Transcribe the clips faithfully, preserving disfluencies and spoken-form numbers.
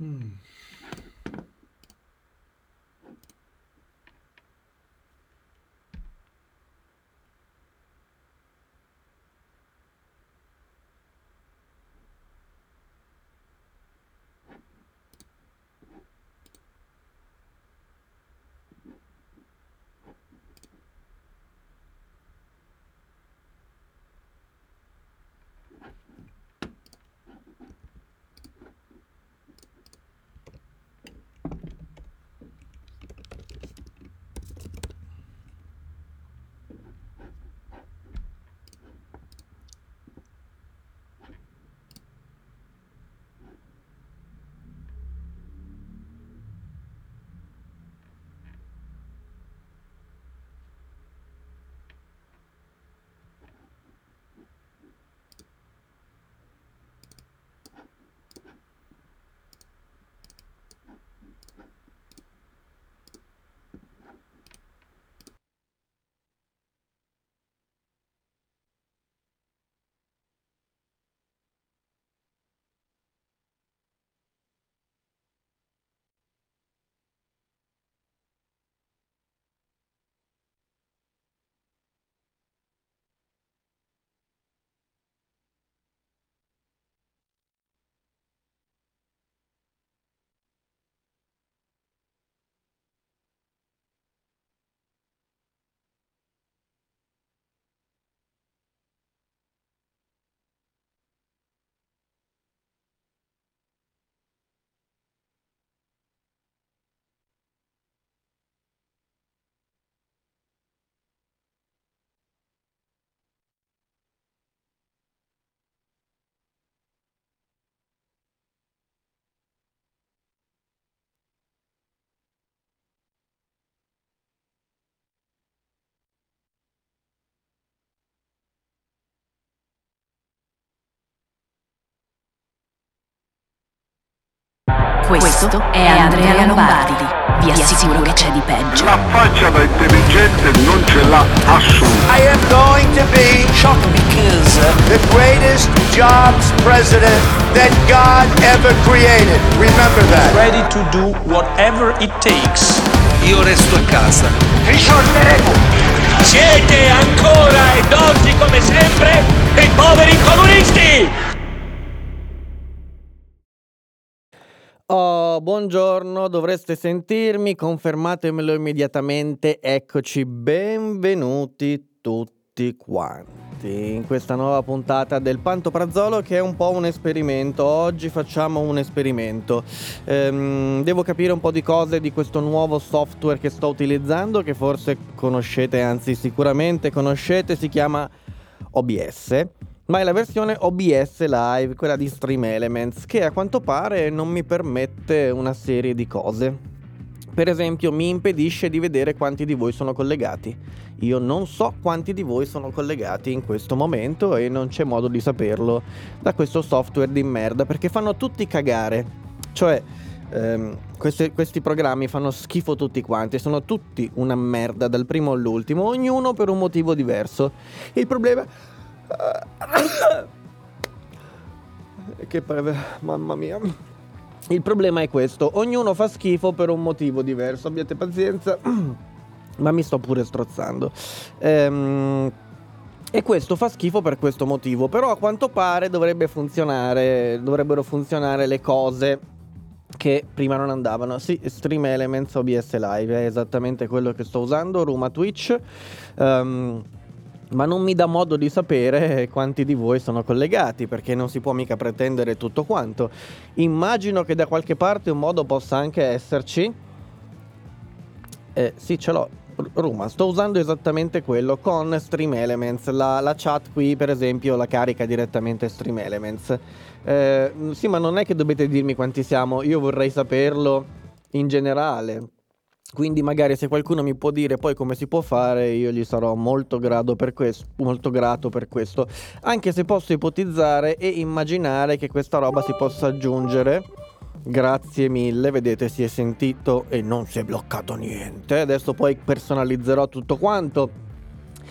Mm. Questo è Andrea Lombardi. Vi assicuro che c'è di peggio. La faccia da intelligente non ce l'ha assolutamente. I am going to be shocked because the greatest jobs president that God ever created. Remember that. Ready to do whatever it takes. Io resto a casa. Risolveremo. Siete ancora ed oggi come sempre dei poveri comunisti! Oh, buongiorno, dovreste sentirmi, confermatemelo immediatamente. Eccoci, benvenuti tutti quanti in questa nuova puntata del Pantoprazzolo, che è un po' un esperimento. Oggi facciamo un esperimento. Ehm, devo capire un po' di cose di questo nuovo software che sto utilizzando, che forse conoscete, anzi sicuramente conoscete, si chiama O B S. Ma è la versione O B S Live, quella di Stream Elements, che a quanto pare non mi permette una serie di cose. Per esempio, mi impedisce di vedere quanti di voi sono collegati. Io non so quanti di voi sono collegati in questo momento e non c'è modo di saperlo da questo software di merda, perché fanno tutti cagare. Cioè, ehm, questi, questi programmi fanno schifo tutti quanti, sono tutti una merda dal primo all'ultimo, ognuno per un motivo diverso. Il problema... Che pre- mamma mia. Il problema è questo: ognuno fa schifo per un motivo diverso. Abbiate pazienza. Ma mi sto pure strozzando. Ehm, e questo fa schifo per questo motivo. Però a quanto pare dovrebbe funzionare. Dovrebbero funzionare le cose che prima non andavano. Sì, Stream Elements O B S Live è esattamente quello che sto usando. Ruma Twitch. Um, Ma non mi dà modo di sapere quanti di voi sono collegati, perché non si può mica pretendere tutto quanto. Immagino che da qualche parte un modo possa anche esserci. Eh, sì, ce l'ho. Ruma, sto usando esattamente quello con Stream Elements. La, la chat qui, per esempio, la carica direttamente Stream Elements. Eh, sì, ma non è che dovete dirmi quanti siamo. Io vorrei saperlo in generale. Quindi magari se qualcuno mi può dire poi come si può fare, io gli sarò molto grato per questo, molto grato per questo. Anche se posso ipotizzare e immaginare che questa roba si possa aggiungere. Grazie mille, vedete, si è sentito e non si è bloccato niente. Adesso poi personalizzerò tutto quanto.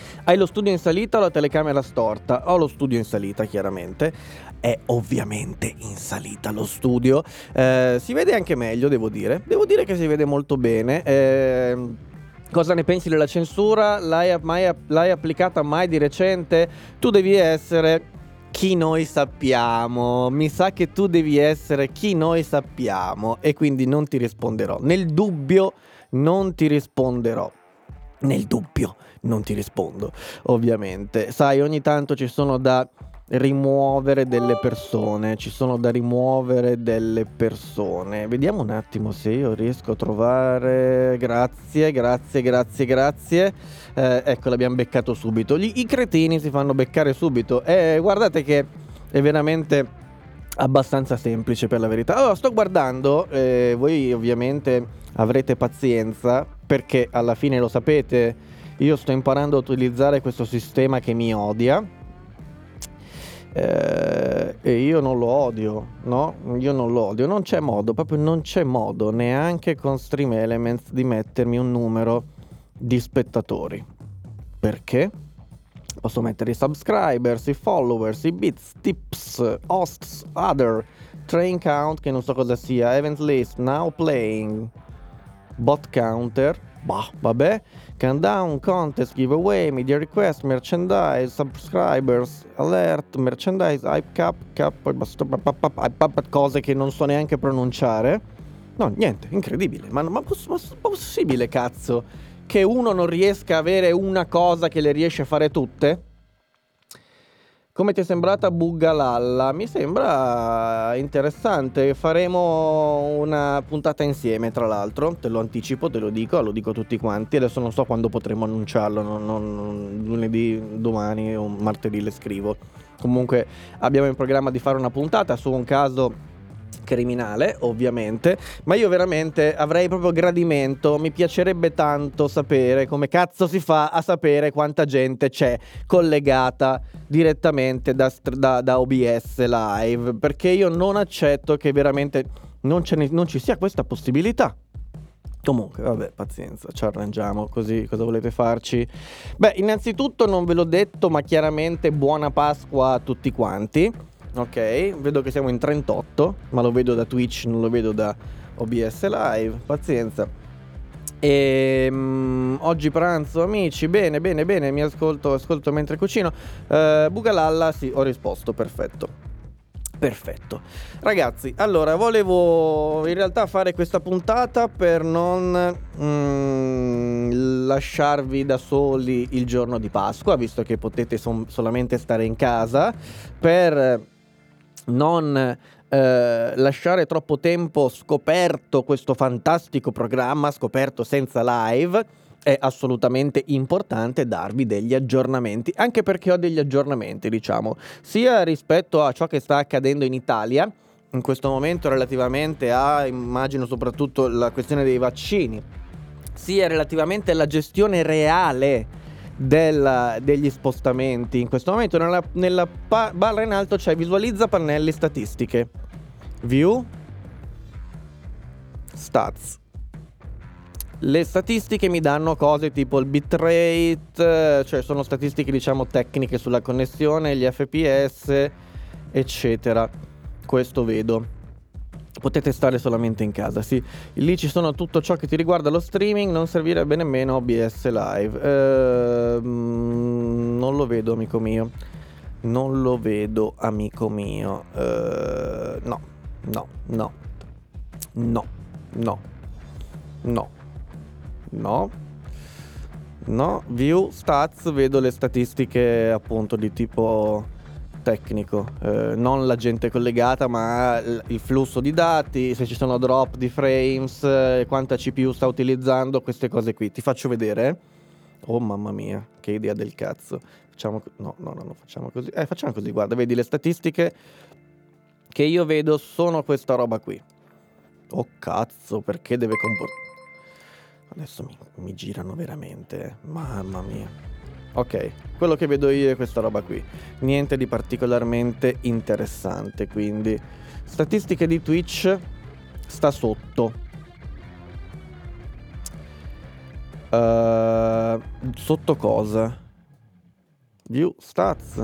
Hai lo studio in salita o la telecamera storta? Ho lo studio in salita, chiaramente. È ovviamente in salita lo studio. Eh, si vede anche meglio, devo dire. Devo dire che si vede molto bene. Eh, cosa ne pensi della censura? L'hai, mai, l'hai applicata mai di recente? Tu devi essere chi noi sappiamo. Mi sa che tu devi essere chi noi sappiamo. E quindi non ti risponderò. Nel dubbio non ti risponderò. Nel dubbio non ti rispondo, ovviamente. Sai, ogni tanto ci sono da rimuovere delle persone, ci sono da rimuovere delle persone. Vediamo un attimo se io riesco a trovare... Grazie, grazie, grazie, grazie. Eh, ecco, l'abbiamo beccato subito. Gli, I cretini si fanno beccare subito. E eh, guardate che è veramente abbastanza semplice, per la verità. Allora, sto guardando, eh, voi ovviamente avrete pazienza, perché alla fine lo sapete, io sto imparando a utilizzare questo sistema che mi odia, eh, e io non lo odio, no? Io non lo odio, non c'è modo, proprio non c'è modo, neanche con Stream Elements, di mettermi un numero di spettatori. Perché? Posso mettere i subscribers, i followers, i bits, tips, hosts, other, train count, che non so cosa sia, event list, now playing, bot counter, bah, vabbè, countdown, contest, giveaway, media request, merchandise, subscribers, alert, merchandise, hype cap, cap, cose che non so neanche pronunciare. No, niente, incredibile, ma, ma, ma possibile, cazzo, che uno non riesca a avere una cosa che le riesce a fare tutte? Come ti è sembrata Buggalalla? Mi sembra interessante. Faremo una puntata insieme, tra l'altro. Te lo anticipo, te lo dico, lo dico a tutti quanti. Adesso non so quando potremo annunciarlo. Non, non, lunedì, domani o martedì le scrivo. Comunque abbiamo in programma di fare una puntata su un caso criminale, ovviamente, ma io veramente avrei proprio gradimento, mi piacerebbe tanto sapere come cazzo si fa a sapere quanta gente c'è collegata direttamente da, da, da O B S Live, perché io non accetto che veramente non, ce ne, non ci sia questa possibilità. Comunque, vabbè, pazienza, ci arrangiamo, così cosa volete farci? Beh, innanzitutto non ve l'ho detto, ma chiaramente buona Pasqua a tutti quanti. Ok, vedo che siamo in trentotto, ma lo vedo da Twitch, non lo vedo da O B S Live, pazienza. E um, oggi pranzo, amici, bene, bene, bene, mi ascolto, ascolto mentre cucino. uh, Buggalalla, sì, ho risposto, perfetto. Perfetto. Ragazzi, allora, volevo in realtà fare questa puntata per non mm, lasciarvi da soli il giorno di Pasqua, visto che potete som- solamente stare in casa, per non eh, lasciare troppo tempo scoperto questo fantastico programma, scoperto senza live. È assolutamente importante darvi degli aggiornamenti, anche perché ho degli aggiornamenti, diciamo, sia rispetto a ciò che sta accadendo in Italia in questo momento relativamente a, immagino, soprattutto la questione dei vaccini, sia relativamente alla gestione reale Della, degli spostamenti. In questo momento nella, nella pa- barra in alto c'è visualizza pannelli statistiche, view stats. Le statistiche mi danno cose tipo il bitrate, cioè sono statistiche, diciamo, tecniche sulla connessione, gli F P S, eccetera. Questo vedo. Potete stare solamente in casa, sì. Lì ci sono tutto ciò che ti riguarda lo streaming, non servirebbe nemmeno O B S Live. Ehm, non lo vedo, amico mio. Non lo vedo, amico mio. Ehm, no, no, no. No, no. No. No. No. View stats, vedo le statistiche appunto di tipo tecnico, eh, non la gente collegata, ma il flusso di dati, se ci sono drop di frames, eh, quanta C P U sta utilizzando, queste cose qui. Ti faccio vedere. eh? Oh mamma mia, che idea del cazzo. Facciamo no, no, no, no, facciamo così. Eh, facciamo così, guarda, vedi le statistiche che io vedo sono questa roba qui. Oh cazzo, perché deve comportare? Adesso mi, mi girano veramente, mamma mia. Ok, quello che vedo io è questa roba qui. Niente di particolarmente interessante, quindi statistiche di Twitch sta sotto. Uh, sotto cosa? View stats.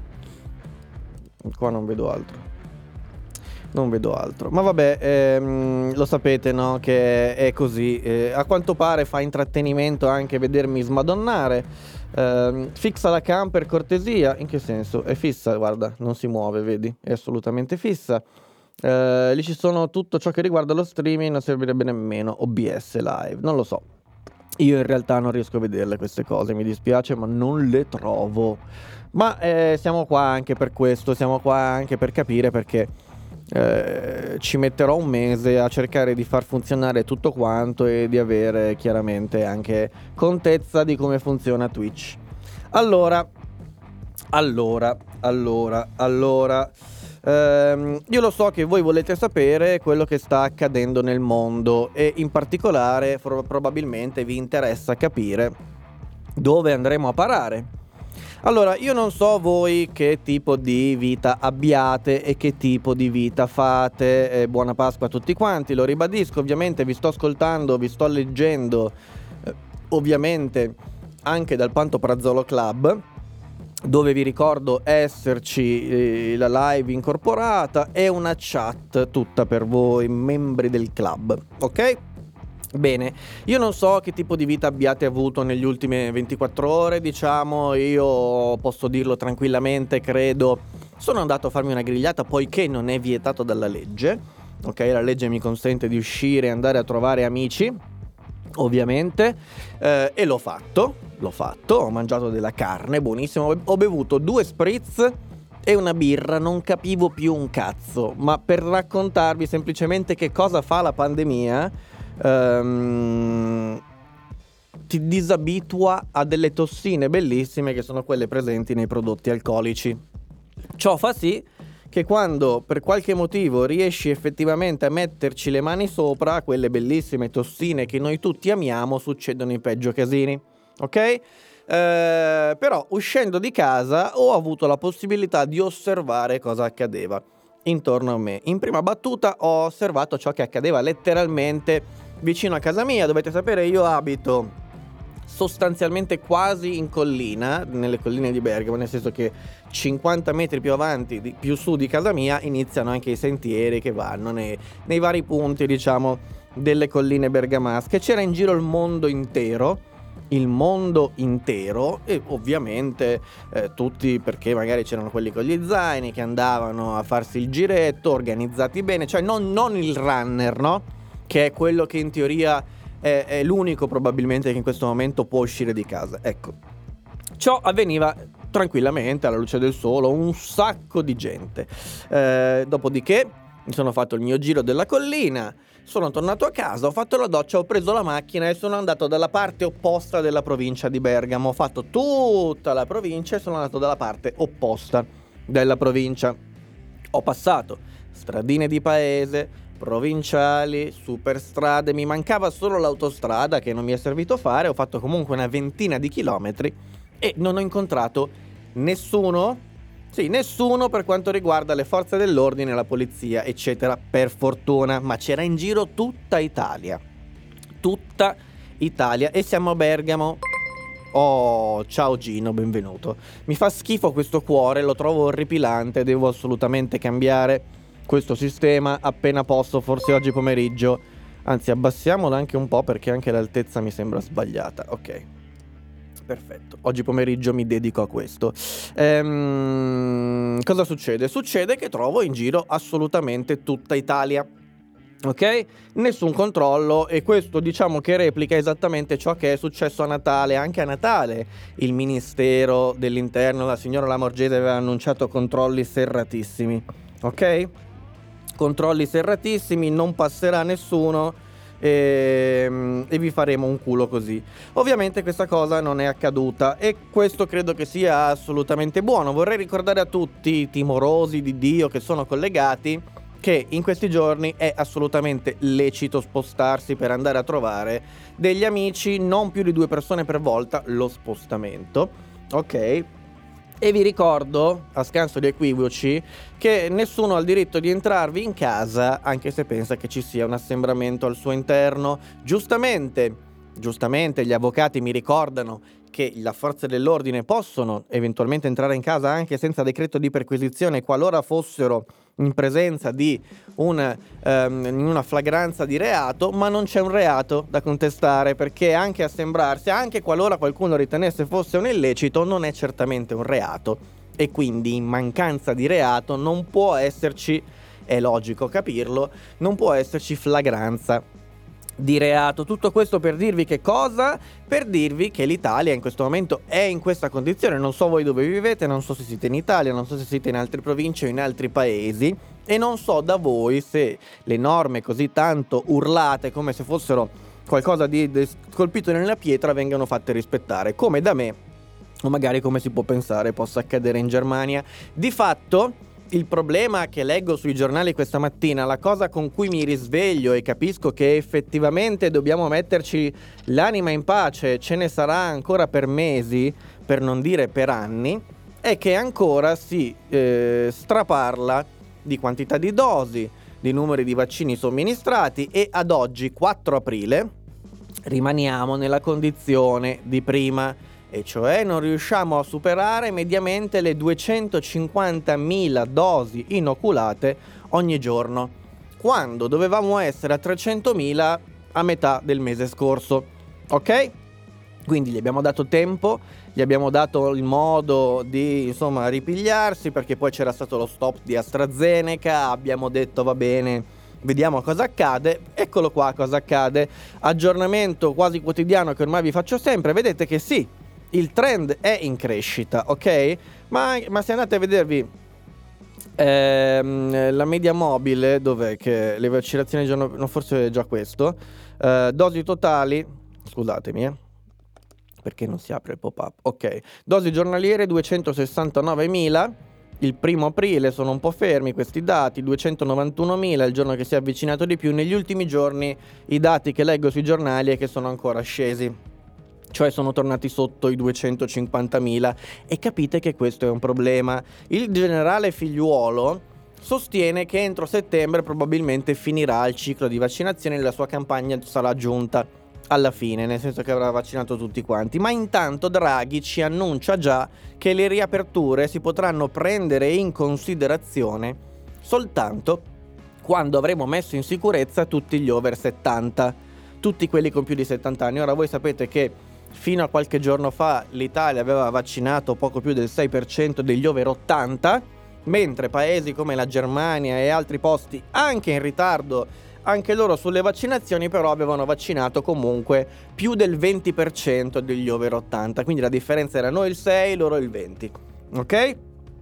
Qua non vedo altro. Non vedo altro. Ma vabbè, ehm, lo sapete, no? Che è così. Eh, a quanto pare fa intrattenimento anche vedermi smadonnare. Eh, fissa la cam per cortesia. In che senso? È fissa, guarda, non si muove, vedi? È assolutamente fissa. Eh, lì ci sono tutto ciò che riguarda lo streaming, non servirebbe nemmeno O B S Live. Non lo so. Io in realtà non riesco a vederle queste cose, mi dispiace, ma non le trovo. Ma eh, siamo qua anche per questo, siamo qua anche per capire perché eh, ci metterò un mese a cercare di far funzionare tutto quanto e di avere chiaramente anche contezza di come funziona Twitch. Allora, allora, allora, allora... Uh, io lo so che voi volete sapere quello che sta accadendo nel mondo e in particolare for- probabilmente vi interessa capire dove andremo a parare. Allora, io non so voi che tipo di vita abbiate e che tipo di vita fate. Eh, buona Pasqua a tutti quanti, lo ribadisco, ovviamente vi sto ascoltando, vi sto leggendo, eh, ovviamente anche dal Pantoprazolo Club, dove vi ricordo esserci eh, la live incorporata e una chat tutta per voi, membri del club, ok? Bene, io non so che tipo di vita abbiate avuto negli ultime ventiquattro ore, diciamo, io posso dirlo tranquillamente, credo, sono andato a farmi una grigliata poiché non è vietato dalla legge, ok? La legge mi consente di uscire e andare a trovare amici, ovviamente, eh, e l'ho fatto. L'ho fatto, ho mangiato della carne, buonissimo, ho bevuto due spritz e una birra, non capivo più un cazzo, ma per raccontarvi semplicemente che cosa fa la pandemia, ehm, ti disabitua a delle tossine bellissime che sono quelle presenti nei prodotti alcolici. Ciò fa sì che quando per qualche motivo riesci effettivamente a metterci le mani sopra, quelle bellissime tossine che noi tutti amiamo, succedono i peggio casini. Ok? Eh, però uscendo di casa ho avuto la possibilità di osservare cosa accadeva intorno a me. In prima battuta ho osservato ciò che accadeva letteralmente vicino a casa mia. Dovete sapere, io abito sostanzialmente quasi in collina, nelle colline di Bergamo, nel senso che cinquanta metri più avanti, di, più su di casa mia, iniziano anche i sentieri che vanno nei, nei vari punti, diciamo, delle colline bergamasche. C'era in giro il mondo intero. il mondo intero e ovviamente eh, tutti, perché magari c'erano quelli con gli zaini che andavano a farsi il giretto, organizzati bene, cioè non, non il runner, no? Che è quello che in teoria è, è l'unico probabilmente che in questo momento può uscire di casa. Ecco, ciò avveniva tranquillamente alla luce del sole, un sacco di gente. Eh, dopodiché mi sono fatto il mio giro della collina, sono tornato a casa, ho fatto la doccia, ho preso la macchina e sono andato dalla parte opposta della provincia di Bergamo. Ho fatto tutta la provincia e sono andato dalla parte opposta della provincia. Ho passato stradine di paese, provinciali, superstrade, mi mancava solo l'autostrada che non mi è servito fare. Ho fatto comunque una ventina di chilometri e non ho incontrato nessuno. Sì, nessuno per quanto riguarda le forze dell'ordine, la polizia, eccetera, per fortuna, ma c'era in giro tutta Italia, tutta Italia, e siamo a Bergamo. Oh, ciao Gino, benvenuto. Mi fa schifo questo cuore, lo trovo orripilante, devo assolutamente cambiare questo sistema appena posso, forse oggi pomeriggio, anzi abbassiamolo anche un po' perché anche l'altezza mi sembra sbagliata, ok. Perfetto, oggi pomeriggio mi dedico a questo. Ehm, cosa succede? Succede che trovo in giro assolutamente tutta Italia, ok? Nessun controllo, e questo diciamo che replica esattamente ciò che è successo a Natale. Anche a Natale il Ministero dell'Interno, la signora Lamorgese, aveva annunciato controlli serratissimi, ok? Controlli serratissimi, non passerà nessuno. E, e vi faremo un culo così. Ovviamente questa cosa non è accaduta e questo credo che sia assolutamente buono. Vorrei ricordare a tutti i timorosi di Dio che sono collegati che in questi giorni è assolutamente lecito spostarsi per andare a trovare degli amici, non più di due persone per volta, lo spostamento, ok? E vi ricordo, a scanso di equivoci, che nessuno ha il diritto di entrarvi in casa anche se pensa che ci sia un assembramento al suo interno. Giustamente, giustamente gli avvocati mi ricordano che la forza dell'ordine possono eventualmente entrare in casa anche senza decreto di perquisizione qualora fossero in presenza di un, um, in una flagranza di reato, ma non c'è un reato da contestare, perché anche assembrarsi, anche qualora qualcuno ritenesse fosse un illecito, non è certamente un reato, e quindi in mancanza di reato non può esserci, è logico capirlo, non può esserci flagranza di reato. Tutto questo per dirvi che cosa? Per dirvi che l'Italia in questo momento è in questa condizione. Non so voi dove vivete, non so se siete in Italia, non so se siete in altre province o in altri paesi, e non so da voi se le norme così tanto urlate come se fossero qualcosa di, di scolpito nella pietra vengano fatte rispettare, come da me o magari come si può pensare possa accadere in Germania. Di fatto il problema che leggo sui giornali questa mattina, la cosa con cui mi risveglio e capisco che effettivamente dobbiamo metterci l'anima in pace, ce ne sarà ancora per mesi, per non dire per anni, è che ancora si eh, straparla di quantità di dosi, di numeri di vaccini somministrati, e ad oggi, quattro aprile, rimaniamo nella condizione di prima, e cioè non riusciamo a superare mediamente le duecentocinquantamila dosi inoculate ogni giorno, quando dovevamo essere a trecentomila a metà del mese scorso, ok? Quindi gli abbiamo dato tempo, gli abbiamo dato il modo di, insomma, ripigliarsi, perché poi c'era stato lo stop di AstraZeneca, abbiamo detto va bene, vediamo cosa accade. Eccolo qua cosa accade, aggiornamento quasi quotidiano che ormai vi faccio sempre. Vedete che sì, il trend è in crescita, ok? Ma, ma se andate a vedervi ehm, la media mobile, dov'è che le vaccinazioni giorno, no, forse è già questo, eh, dosi totali, scusatemi eh, perché non si apre il pop-up, ok, dosi giornaliere duecentosessantanovemila, il primo aprile sono un po' fermi questi dati, duecentonovantunomila il giorno che si è avvicinato di più. Negli ultimi giorni i dati che leggo sui giornali è che sono ancora scesi, cioè sono tornati sotto i duecentocinquantamila, e capite che questo è un problema. Il generale Figliuolo sostiene che entro settembre probabilmente finirà il ciclo di vaccinazione e la sua campagna sarà giunta alla fine, nel senso che avrà vaccinato tutti quanti, ma intanto Draghi ci annuncia già che le riaperture si potranno prendere in considerazione soltanto quando avremo messo in sicurezza tutti gli over settanta, tutti quelli con più di settanta anni. Ora voi sapete che fino a qualche giorno fa l'Italia aveva vaccinato poco più del sei per cento degli over ottanta, mentre paesi come la Germania e altri posti, anche in ritardo anche loro sulle vaccinazioni, però avevano vaccinato comunque più del venti per cento degli over ottanta, quindi la differenza era noi il sei, loro il venti, ok?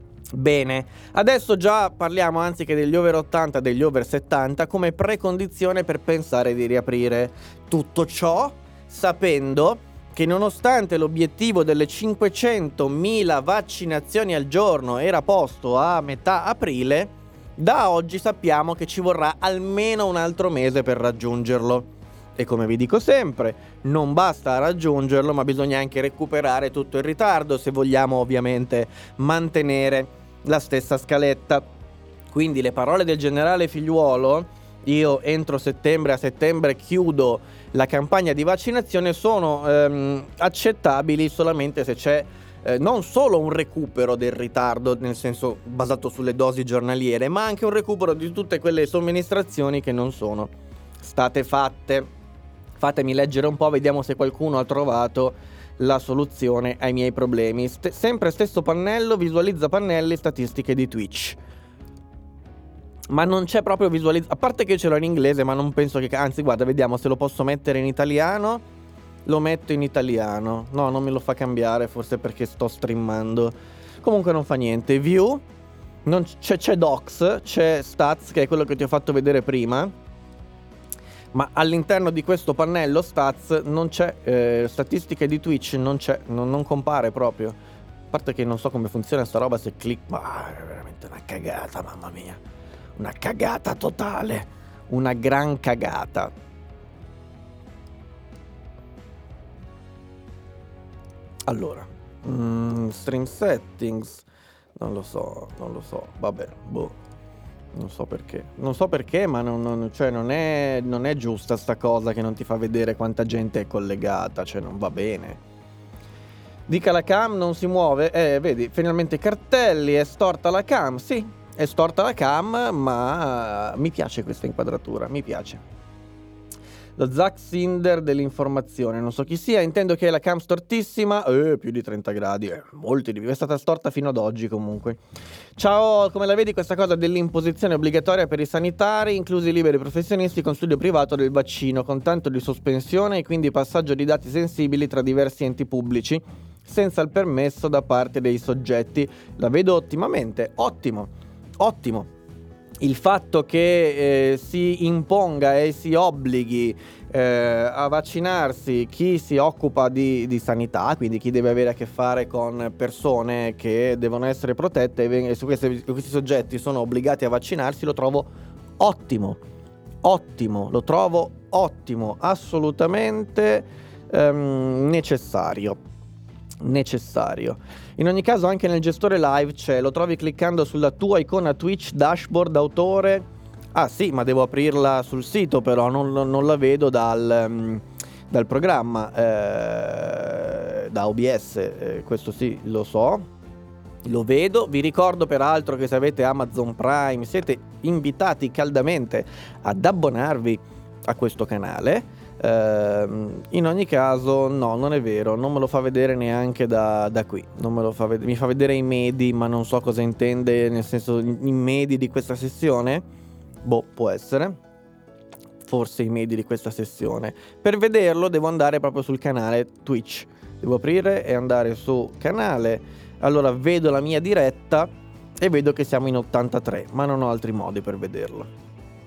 Bene, adesso già parliamo anziché degli over ottanta, degli over settanta come precondizione per pensare di riaprire. Tutto ciò sapendo che nonostante l'obiettivo delle cinquecentomila vaccinazioni al giorno era posto a metà aprile, da oggi sappiamo che ci vorrà almeno un altro mese per raggiungerlo. E come vi dico sempre, non basta raggiungerlo, ma bisogna anche recuperare tutto il ritardo se vogliamo ovviamente mantenere la stessa scaletta. Quindi le parole del generale Figliuolo, io entro settembre, a settembre chiudo la campagna di vaccinazione, sono ehm, accettabili solamente se c'è eh, non solo un recupero del ritardo, nel senso basato sulle dosi giornaliere, ma anche un recupero di tutte quelle somministrazioni che non sono state fatte. Fatemi leggere un po', vediamo se qualcuno ha trovato la soluzione ai miei problemi. St- sempre stesso pannello, visualizza pannelli, statistiche di Twitch. Ma non c'è proprio visualizzazione, a parte che ce l'ho in inglese, ma non penso che, anzi guarda, vediamo se lo posso mettere in italiano. Lo metto in italiano, no, non me lo fa cambiare, forse perché sto streamando. Comunque non fa niente. View, non c'è, c'è Docs, c'è Stats, che è quello che ti ho fatto vedere prima, ma all'interno di questo pannello Stats non c'è, eh, statistiche di Twitch non c'è, non, non compare proprio. A parte che non so come funziona sta roba, se clic, ma è veramente una cagata, mamma mia. Una cagata totale, una gran cagata. Allora, mm, stream settings, non lo so, non lo so, vabbè, boh, non so perché, non so perché, ma non, non, cioè non è, non è giusta sta cosa che non ti fa vedere quanta gente è collegata, cioè non va bene. Dica la cam non si muove. Eh, vedi, finalmente cartelli, è storta la cam. Sì, è storta la cam, ma mi piace questa inquadratura, mi piace. Lo Zack Sinder dell'informazione, non so chi sia, intendo che è la cam stortissima, eh, più di trenta gradi, eh, molti di più, è stata storta fino ad oggi comunque. Ciao, come la vedi questa cosa dell'imposizione obbligatoria per i sanitari, inclusi i liberi professionisti con studio privato del vaccino, con tanto di sospensione e quindi passaggio di dati sensibili tra diversi enti pubblici, senza il permesso da parte dei soggetti? La vedo ottimamente, ottimo, ottimo. Il fatto che eh, si imponga e si obblighi eh, a vaccinarsi chi si occupa di, di sanità, quindi chi deve avere a che fare con persone che devono essere protette e su questi, questi soggetti sono obbligati a vaccinarsi, lo trovo ottimo, ottimo, lo trovo ottimo, assolutamente ehm, necessario. necessario. In ogni caso anche nel gestore live c'è, lo trovi cliccando sulla tua icona Twitch dashboard autore. Ah sì, ma devo aprirla sul sito, però non, non la vedo dal, um, dal programma eh, da O B S, eh, questo sì lo so, lo vedo. Vi ricordo peraltro che se avete Amazon Prime siete invitati caldamente ad abbonarvi a questo canale. Uh, in ogni caso no, non è vero, non me lo fa vedere neanche da, da qui, non me lo fa vedere, mi fa vedere i medi, ma non so cosa intende, nel senso i medi di questa sessione. Boh, può essere, forse i medi di questa sessione. Per vederlo devo andare proprio sul canale Twitch, devo aprire e andare su canale, allora vedo la mia diretta e vedo che siamo in ottantatré, ma non ho altri modi per vederlo.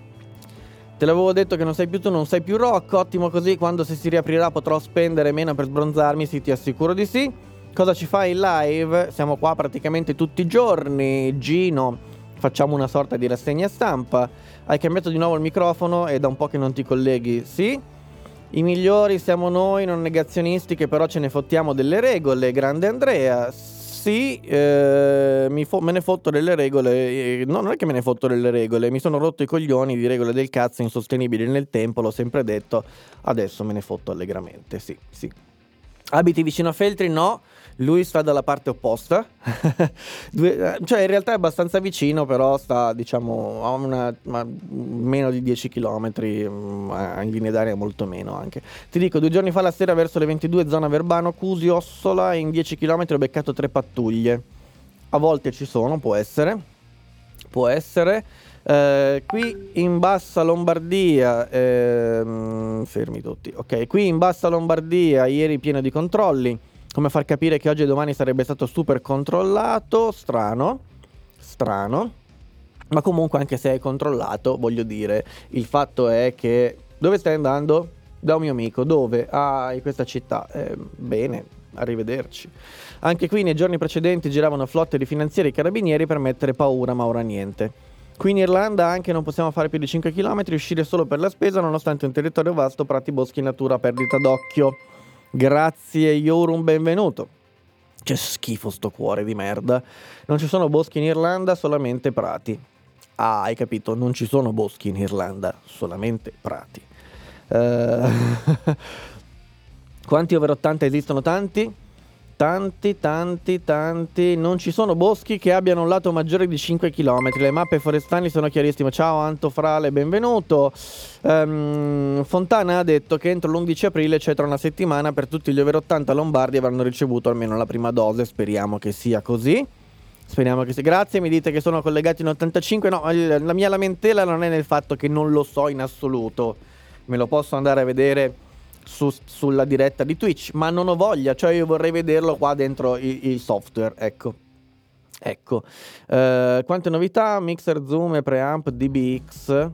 Te l'avevo detto che non sei più tu, non sei più Rock, ottimo così, quando se si riaprirà potrò spendere meno per sbronzarmi, sì, ti assicuro di sì. Cosa ci fai in live? Siamo qua praticamente tutti i giorni, Gino, facciamo una sorta di rassegna stampa. Hai cambiato di nuovo il microfono e da un po' che non ti colleghi, sì. I migliori siamo noi, non negazionisti, che però ce ne fottiamo delle regole, grande Andrea. Sì, eh, mi fo- me ne fotto delle regole, eh, no, non è che me ne fotto delle regole, mi sono rotto i coglioni di regole del cazzo insostenibili nel tempo, l'ho sempre detto, adesso me ne fotto allegramente, sì, sì. Abiti vicino a Feltri? No, lui sta dalla parte opposta, Due, cioè in realtà è abbastanza vicino, però sta diciamo a una ma, meno di dieci chilometri, in linea d'aria molto meno anche. Ti dico, due giorni fa la sera verso le ventidue zona Verbano, Cusi, Ossola, in dieci chilometri ho beccato tre pattuglie, a volte ci sono, può essere, può essere. Uh, qui in Bassa Lombardia ehm, fermi tutti, ok, qui in Bassa Lombardia ieri pieno di controlli, come far capire che oggi e domani sarebbe stato super controllato, strano, strano, ma comunque anche se è controllato, voglio dire, il fatto è che, dove stai andando? Da un mio amico, dove? Ah, in questa città, eh, bene, arrivederci. Anche qui nei giorni precedenti giravano flotte di finanzieri e carabinieri per mettere paura, ma ora niente. Qui in Irlanda anche non possiamo fare più di cinque chilometri, uscire solo per la spesa, nonostante un territorio vasto, prati, boschi, natura, perdita d'occhio. Grazie Yorum, benvenuto. Che schifo sto cuore di merda. Non ci sono boschi in Irlanda, solamente prati. Ah, hai capito, non ci sono boschi in Irlanda, solamente prati. Uh... Quanti over ottanta esistono? Tanti? Tanti, tanti, tanti. Non ci sono boschi che abbiano un lato maggiore di cinque chilometri. Le mappe forestali sono chiarissime. Ciao Anto Frale, benvenuto. um, Fontana ha detto che entro l'undici aprile, cioè tra una settimana, per tutti gli over ottanta lombardi avranno ricevuto almeno la prima dose. Speriamo che sia così. Speriamo che sia. Grazie, mi dite che sono collegati in ottantacinque. No, la mia lamentela non è nel fatto che non lo so in assoluto. Me lo posso andare a vedere Su, sulla diretta di Twitch, ma non ho voglia, cioè io vorrei vederlo qua dentro il, il software, ecco. Ecco. Uh, quante novità? Mixer, Zoom e preamp D B X.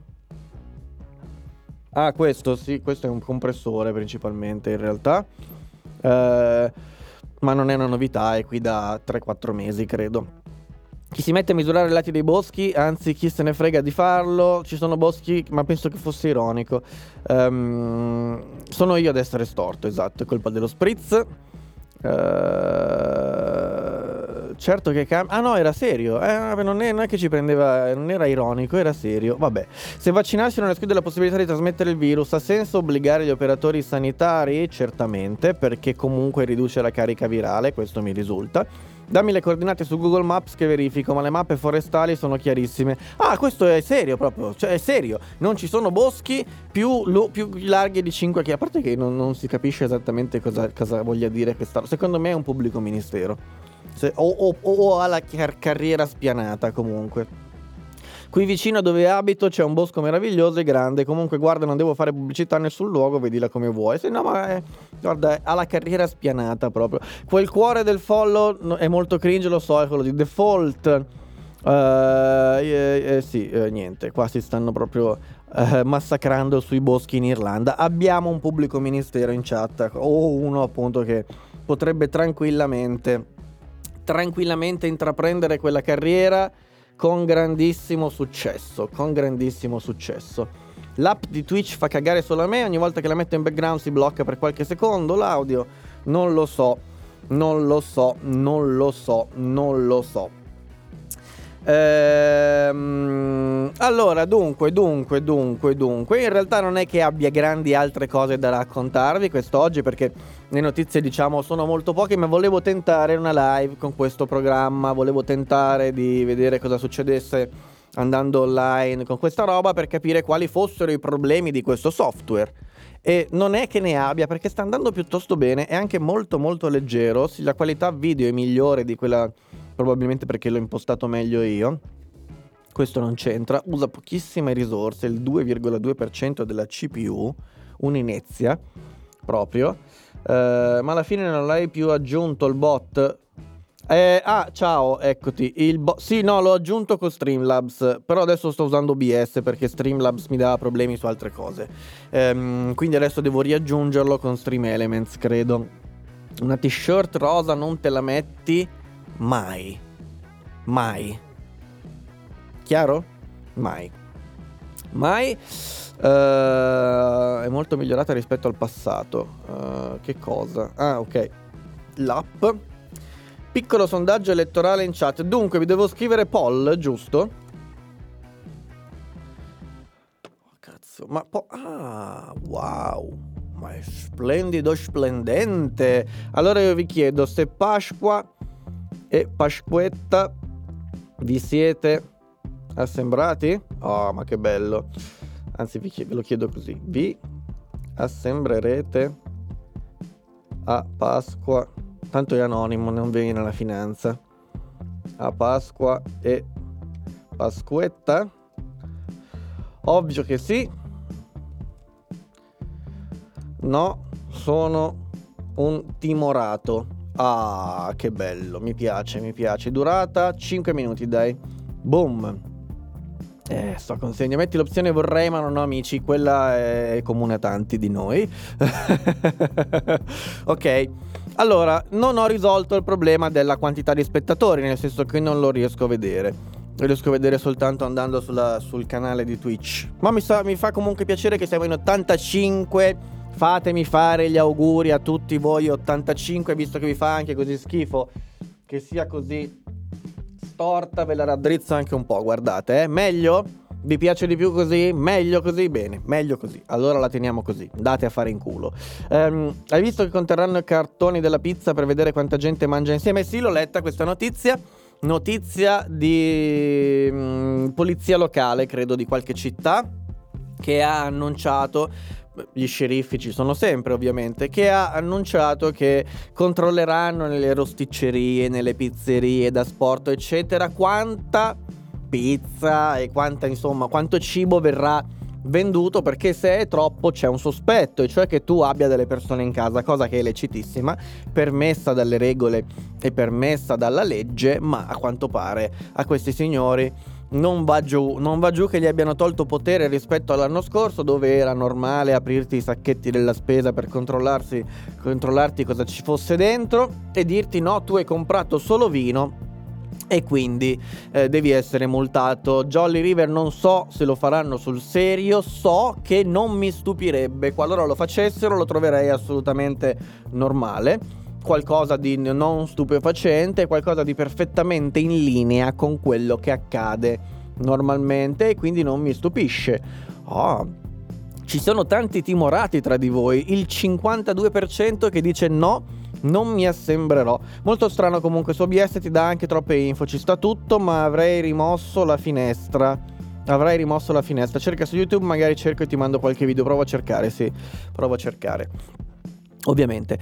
Ah, questo sì, questo è un compressore principalmente in realtà. Uh, ma non è una novità, è qui da tre quattro mesi credo. Chi si mette a misurare i lati dei boschi, anzi chi se ne frega di farlo, ci sono boschi, ma penso che fosse ironico. Um, sono io ad essere storto, esatto, è colpa dello spritz. Uh, certo che cambia. Ah no, era serio. Eh, non, è, non è che ci prendeva, non era ironico, era serio. Vabbè. Se vaccinarsi non esclude la possibilità di trasmettere il virus, ha senso obbligare gli operatori sanitari? Certamente, perché comunque riduce la carica virale, questo mi risulta. Dammi le coordinate su Google Maps che verifico, ma le mappe forestali sono chiarissime. Ah, questo è serio proprio, cioè è serio. Non ci sono boschi più, lu- più larghi di cinque chilometri. A parte che non, non si capisce esattamente cosa, cosa voglia dire questa. Secondo me è un pubblico ministero. Se, o, o, o ha la car- carriera spianata comunque. Qui vicino dove abito c'è un bosco meraviglioso e grande. Comunque guarda, non devo fare pubblicità a nessun luogo, vedila come vuoi. Se no, ma è, guarda, ha la carriera spianata proprio. Quel cuore del follow è molto cringe, lo so, è quello di Default. Uh, eh, eh, sì, eh, niente, qua si stanno proprio uh, massacrando sui boschi in Irlanda. Abbiamo un pubblico ministero in chat, o uno appunto che potrebbe tranquillamente, tranquillamente intraprendere quella carriera con grandissimo successo, con grandissimo successo. L'app di Twitch fa cagare solo a me, ogni volta che la metto in background si blocca per qualche secondo l'audio. Non lo so, non lo so, non lo so, non lo so. Ehm, allora, dunque, dunque, dunque, dunque, in realtà non è che abbia grandi altre cose da raccontarvi quest'oggi, perché le notizie, diciamo, sono molto poche, ma volevo tentare una live con questo programma, volevo tentare di vedere cosa succedesse andando online con questa roba per capire quali fossero i problemi di questo software. E non è che ne abbia, perché sta andando piuttosto bene, è anche molto molto leggero, sì, la qualità video è migliore di quella, probabilmente perché l'ho impostato meglio io. Questo non c'entra, usa pochissime risorse, il due virgola due per cento della C P U, un'inezia proprio. Uh, ma alla fine non l'hai più aggiunto il bot? Eh, ah, ciao, eccoti. Il bo- sì, no, l'ho aggiunto con Streamlabs, però adesso sto usando O B S perché Streamlabs mi dava problemi su altre cose. Ehm, quindi adesso devo riaggiungerlo con Stream Elements, credo. Una t-shirt rosa non te la metti mai. Mai. Chiaro? Mai. Mai. Uh, è molto migliorata rispetto al passato. Uh, che cosa? Ah, ok. L'app. Piccolo sondaggio elettorale in chat. Dunque vi devo scrivere poll, giusto? Oh, cazzo. Ma po- ah, wow. Ma è splendido, splendente. Allora io vi chiedo se Pasqua e Pasquetta vi siete assembrati? Oh, ma che bello. Anzi, vi chiedo, ve lo chiedo così. Vi assembrerete a Pasqua? Tanto è anonimo, non viene la finanza. A Pasqua e Pasquetta? Ovvio che sì. No, sono un timorato. Ah, che bello, mi piace, mi piace. Durata cinque minuti, dai. Boom. Eh, sto consegna. Metti l'opzione vorrei ma non ho amici. Quella è comune a tanti di noi. Ok. Allora, non ho risolto il problema della quantità di spettatori, nel senso che non lo riesco a vedere. Lo riesco a vedere soltanto andando sulla, sul canale di Twitch. Ma mi, sa, mi fa comunque piacere che siamo in ottantacinque. Fatemi fare gli auguri a tutti voi ottantacinque, visto che vi fa anche così schifo che sia così storta, ve la raddrizzo anche un po', guardate, eh. Meglio? Vi piace di più così? Meglio così? Bene, meglio così. Allora la teniamo così, andate a fare in culo. Um, hai visto che conterranno i cartoni della pizza per vedere quanta gente mangia insieme? Sì, l'ho letta questa notizia. Notizia di um, polizia locale, credo di qualche città, che ha annunciato, gli sceriffi ci sono sempre ovviamente, che ha annunciato che controlleranno nelle rosticcerie, nelle pizzerie da sport eccetera quanta pizza e quanta, insomma, quanto cibo verrà venduto, perché se è troppo c'è un sospetto, e cioè che tu abbia delle persone in casa, cosa che è lecitissima, permessa dalle regole e permessa dalla legge, ma a quanto pare a questi signori non va giù, non va giù che gli abbiano tolto potere rispetto all'anno scorso, dove era normale aprirti i sacchetti della spesa per controllarsi, controllarti cosa ci fosse dentro e dirti no, tu hai comprato solo vino e quindi eh, devi essere multato. Jolly River non so se lo faranno sul serio, so che non mi stupirebbe, qualora lo facessero lo troverei assolutamente normale. qualcosa di non stupefacente, qualcosa di perfettamente in linea con quello che accade normalmente, e quindi non mi stupisce. Oh, ci sono tanti timorati tra di voi, il cinquantadue per cento che dice no, non mi assembrerò. Molto strano comunque, su O B S ti dà anche troppe info, ci sta tutto, ma avrei rimosso la finestra. Avrei rimosso la finestra. Cerca su YouTube, magari cerco e ti mando qualche video. Provo a cercare, sì, provo a cercare. Ovviamente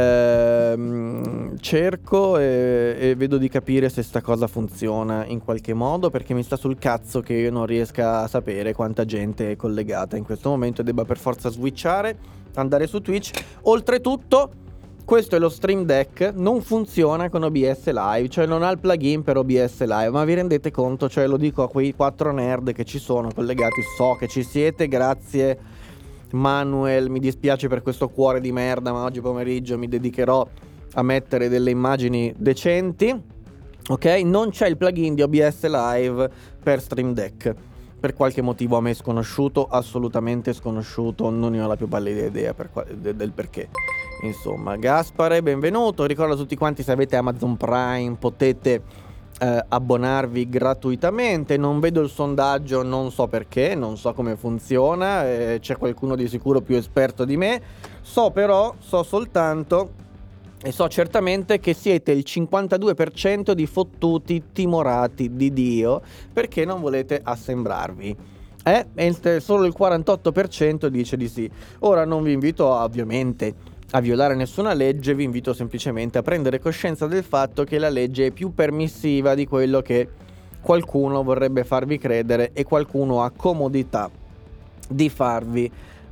ehm, cerco e, e vedo di capire se sta cosa funziona in qualche modo, perché mi sta sul cazzo che io non riesca a sapere quanta gente è collegata in questo momento e debba per forza switchare, andare su Twitch. Oltretutto questo è lo Stream Deck, non funziona con O B S Live, cioè non ha il plugin per O B S Live, ma vi rendete conto? Cioè lo dico a quei quattro nerd che ci sono collegati, so che ci siete, grazie Manuel, mi dispiace per questo cuore di merda, ma oggi pomeriggio mi dedicherò a mettere delle immagini decenti, ok? Non c'è il plugin di O B S Live per Stream Deck, per qualche motivo a me sconosciuto, assolutamente sconosciuto, non ne ho la più pallida idea per qual- de- del perché. Insomma, Gaspare, benvenuto. Ricordo a tutti quanti, se avete Amazon Prime potete eh, abbonarvi gratuitamente. Non vedo il sondaggio, non so perché, non so come funziona, eh, c'è qualcuno di sicuro più esperto di me. So però, so soltanto e so certamente che siete il cinquantadue per cento di fottuti timorati di Dio perché non volete assembrarvi. Eh? E solo il quarantotto per cento dice di sì. Ora non vi invito a, ovviamente a violare nessuna legge, vi invito semplicemente a prendere coscienza del fatto che la legge è più permissiva di quello che qualcuno vorrebbe farvi credere e qualcuno ha comodità di farvi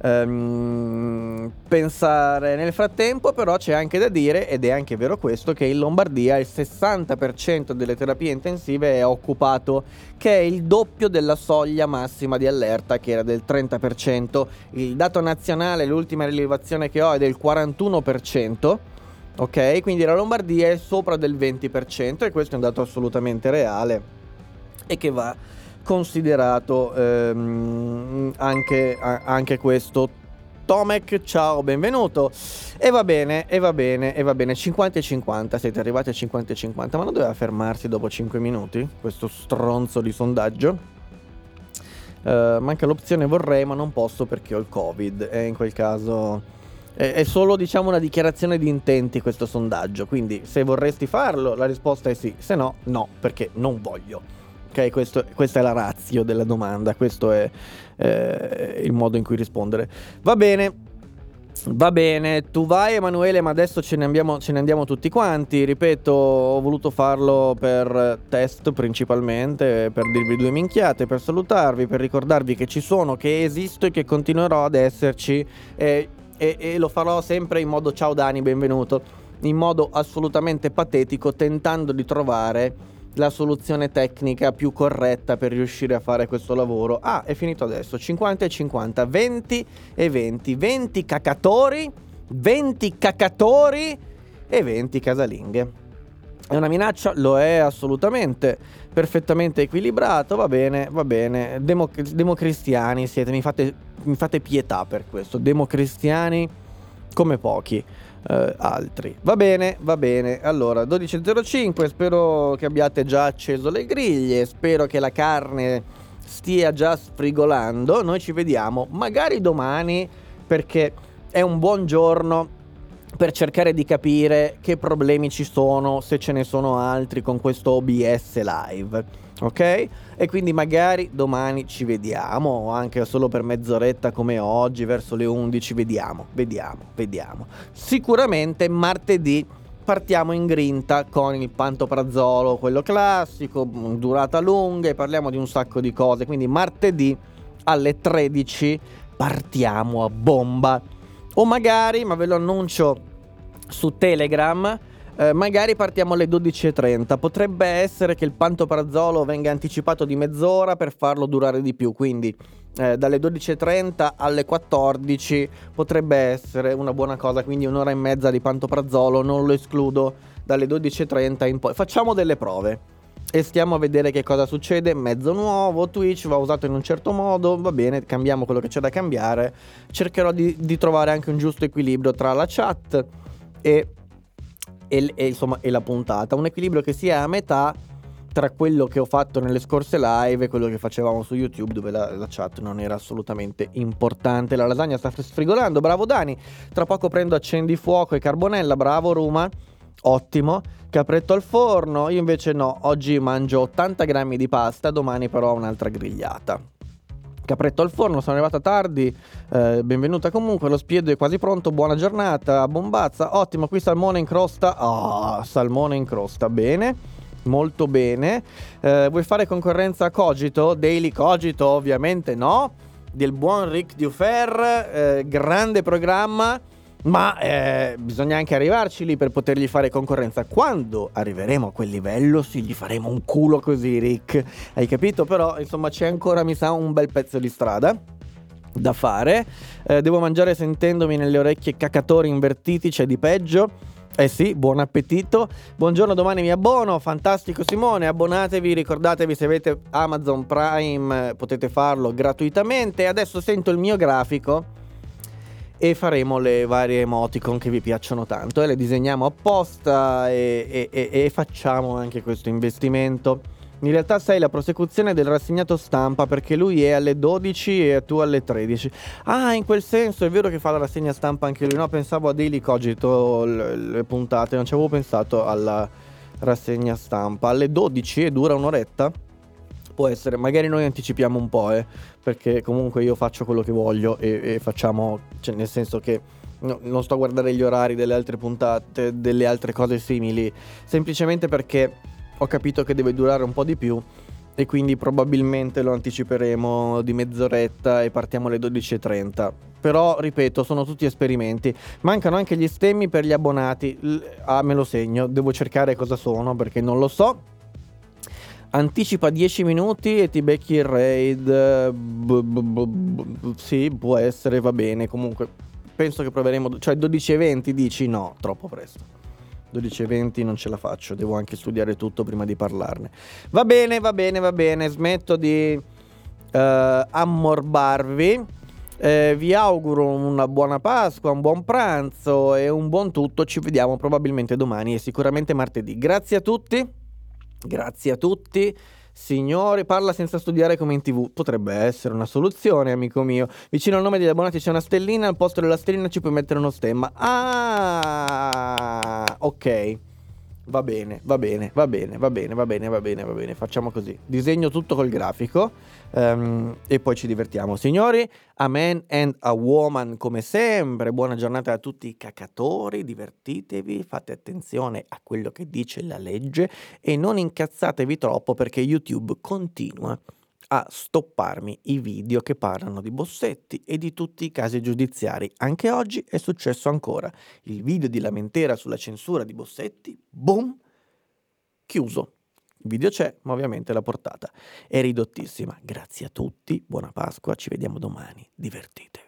ehm, pensare. Nel frattempo però c'è anche da dire, ed è anche vero questo, che in Lombardia il sessanta per cento delle terapie intensive è occupato, che è il doppio della soglia massima di allerta, che era del trenta per cento. Il dato nazionale, l'ultima rilevazione che ho, è del quarantuno per cento, ok? Quindi la Lombardia è sopra del venti per cento e questo è un dato assolutamente reale e che va considerato ehm, anche, a, anche questo. Tomek, ciao, benvenuto. E va bene, e va bene, e va bene. cinquanta e cinquanta, siete arrivati a cinquanta e cinquanta, ma non doveva fermarsi dopo cinque minuti questo stronzo di sondaggio? Uh, manca l'opzione vorrei ma non posso perché ho il Covid, e in quel caso è, è solo, diciamo, una dichiarazione di intenti questo sondaggio, quindi se vorresti farlo la risposta è sì, se no no, perché non voglio. Ok, questo, questa è la ratio della domanda, questo è eh, il modo in cui rispondere. Va bene, va bene, tu vai Emanuele, ma adesso ce ne andiamo, ce ne andiamo tutti quanti. Ripeto, ho voluto farlo per test principalmente, per dirvi due minchiate, per salutarvi, per ricordarvi che ci sono, che esisto e che continuerò ad esserci, e, e, e lo farò sempre in modo, ciao Dani, benvenuto, in modo assolutamente patetico, tentando di trovare la soluzione tecnica più corretta per riuscire a fare questo lavoro. Ah, è finito adesso. Cinquanta e cinquanta, venti e venti, venti cacatori, venti cacatori e venti casalinghe. È una minaccia? Lo è assolutamente, perfettamente equilibrato, va bene, va bene. Demo- democristiani siete, mi fate, mi fate pietà per questo. Democristiani come pochi Uh, altri. Va bene, va bene. Allora, dodici e zero cinque, spero che abbiate già acceso le griglie, spero che la carne stia già sfrigolando. Noi ci vediamo magari domani, perché è un buon giorno per cercare di capire che problemi ci sono, se ce ne sono altri con questo O B S Live, ok? E quindi magari domani ci vediamo, anche solo per mezz'oretta come oggi, verso le undici, vediamo, vediamo, vediamo. Sicuramente martedì partiamo in grinta con il pantoprazolo, quello classico, durata lunga, e parliamo di un sacco di cose, quindi martedì alle tredici partiamo a bomba. O magari, ma ve lo annuncio su Telegram, eh, magari partiamo alle dodici e trenta. Potrebbe essere che il pantoprazolo venga anticipato di mezz'ora per farlo durare di più, quindi eh, dalle dodici e trenta alle quattordici potrebbe essere una buona cosa, quindi un'ora e mezza di pantoprazolo, non lo escludo, dalle dodici e trenta in poi. Facciamo delle prove e stiamo a vedere che cosa succede. Mezzo nuovo, Twitch va usato in un certo modo, va bene, cambiamo quello che c'è da cambiare. Cercherò di, di trovare anche un giusto equilibrio tra la chat e e, e insomma e la puntata, un equilibrio che sia a metà tra quello che ho fatto nelle scorse live e quello che facevamo su YouTube, dove la, la chat non era assolutamente importante. La lasagna sta sfrigolando, bravo Dani. Tra poco prendo accendifuoco e carbonella, bravo Ruma, ottimo. Capretto al forno, io invece no, oggi mangio ottanta grammi di pasta, domani però un'altra grigliata. Capretto al forno, sono arrivata tardi, eh, benvenuta comunque, lo spiedo è quasi pronto, buona giornata, bombazza, ottimo, qui salmone in crosta, ah, oh, salmone in crosta, bene. Molto bene. Eh, vuoi fare concorrenza a Cogito? Daily Cogito? Ovviamente no. Del buon Ric Dufer, eh, grande programma, ma eh, bisogna anche arrivarci lì per potergli fare concorrenza. Quando arriveremo a quel livello sì, gli faremo un culo così, Rick. Hai capito? Però insomma c'è ancora, mi sa, un bel pezzo di strada da fare. Eh, devo mangiare sentendomi nelle orecchie cacatori invertiti, c'è di peggio. Eh sì, buon appetito. Buongiorno, domani mi abbono. Fantastico Simone, abbonatevi, ricordatevi se avete Amazon Prime potete farlo gratuitamente. Adesso sento il mio grafico e faremo le varie emoticon che vi piacciono tanto e le disegniamo apposta e, e, e, e facciamo anche questo investimento. In realtà sei la prosecuzione del rassegnato stampa, perché lui è alle dodici e tu alle tredici. Ah, in quel senso è vero che fa la rassegna stampa anche lui. No, pensavo a Daily Cogito, le, le puntate, non ci avevo pensato alla rassegna stampa. Alle dodici e dura un'oretta? Può essere, magari noi anticipiamo un po', eh, perché comunque io faccio quello che voglio e, e facciamo, cioè nel senso che no, non sto a guardare gli orari delle altre puntate, delle altre cose simili, semplicemente perché ho capito che deve durare un po' di più e quindi probabilmente lo anticiperemo di mezz'oretta e partiamo alle dodici e trenta. Però, ripeto, sono tutti esperimenti. Mancano anche gli stemmi per gli abbonati. Ah, me lo segno, devo cercare cosa sono perché non lo so. Anticipa dieci minuti e ti becchi il raid. B- b- b- b- sì, può essere, va bene. Comunque, penso che proveremo. Cioè, dodici e venti dici no, troppo presto. dodici e venti non ce la faccio, devo anche studiare tutto prima di parlarne. Va bene, va bene, va bene, smetto di uh, ammorbarvi. Eh, vi auguro una buona Pasqua, un buon pranzo e un buon tutto. Ci vediamo probabilmente domani e sicuramente martedì. Grazie a tutti, grazie a tutti. Signori, parla senza studiare come in tv. Potrebbe essere una soluzione, amico mio. Vicino al nome degli abbonati c'è una stellina, al posto della stellina ci puoi mettere uno stemma. Ah, ok. Va bene, va bene, va bene, va bene, va bene, va bene, va bene. Facciamo così. Disegno tutto col grafico um, e poi ci divertiamo. Signori, a man and a woman come sempre. Buona giornata a tutti i cacatori, divertitevi, fate attenzione a quello che dice la legge e non incazzatevi troppo perché YouTube continua a stopparmi i video che parlano di Bossetti e di tutti i casi giudiziari. Anche oggi è successo ancora. Il video di lamentela sulla censura di Bossetti, boom, chiuso. Il video c'è, ma ovviamente la portata è ridottissima. Grazie a tutti, buona Pasqua, ci vediamo domani, divertitevi.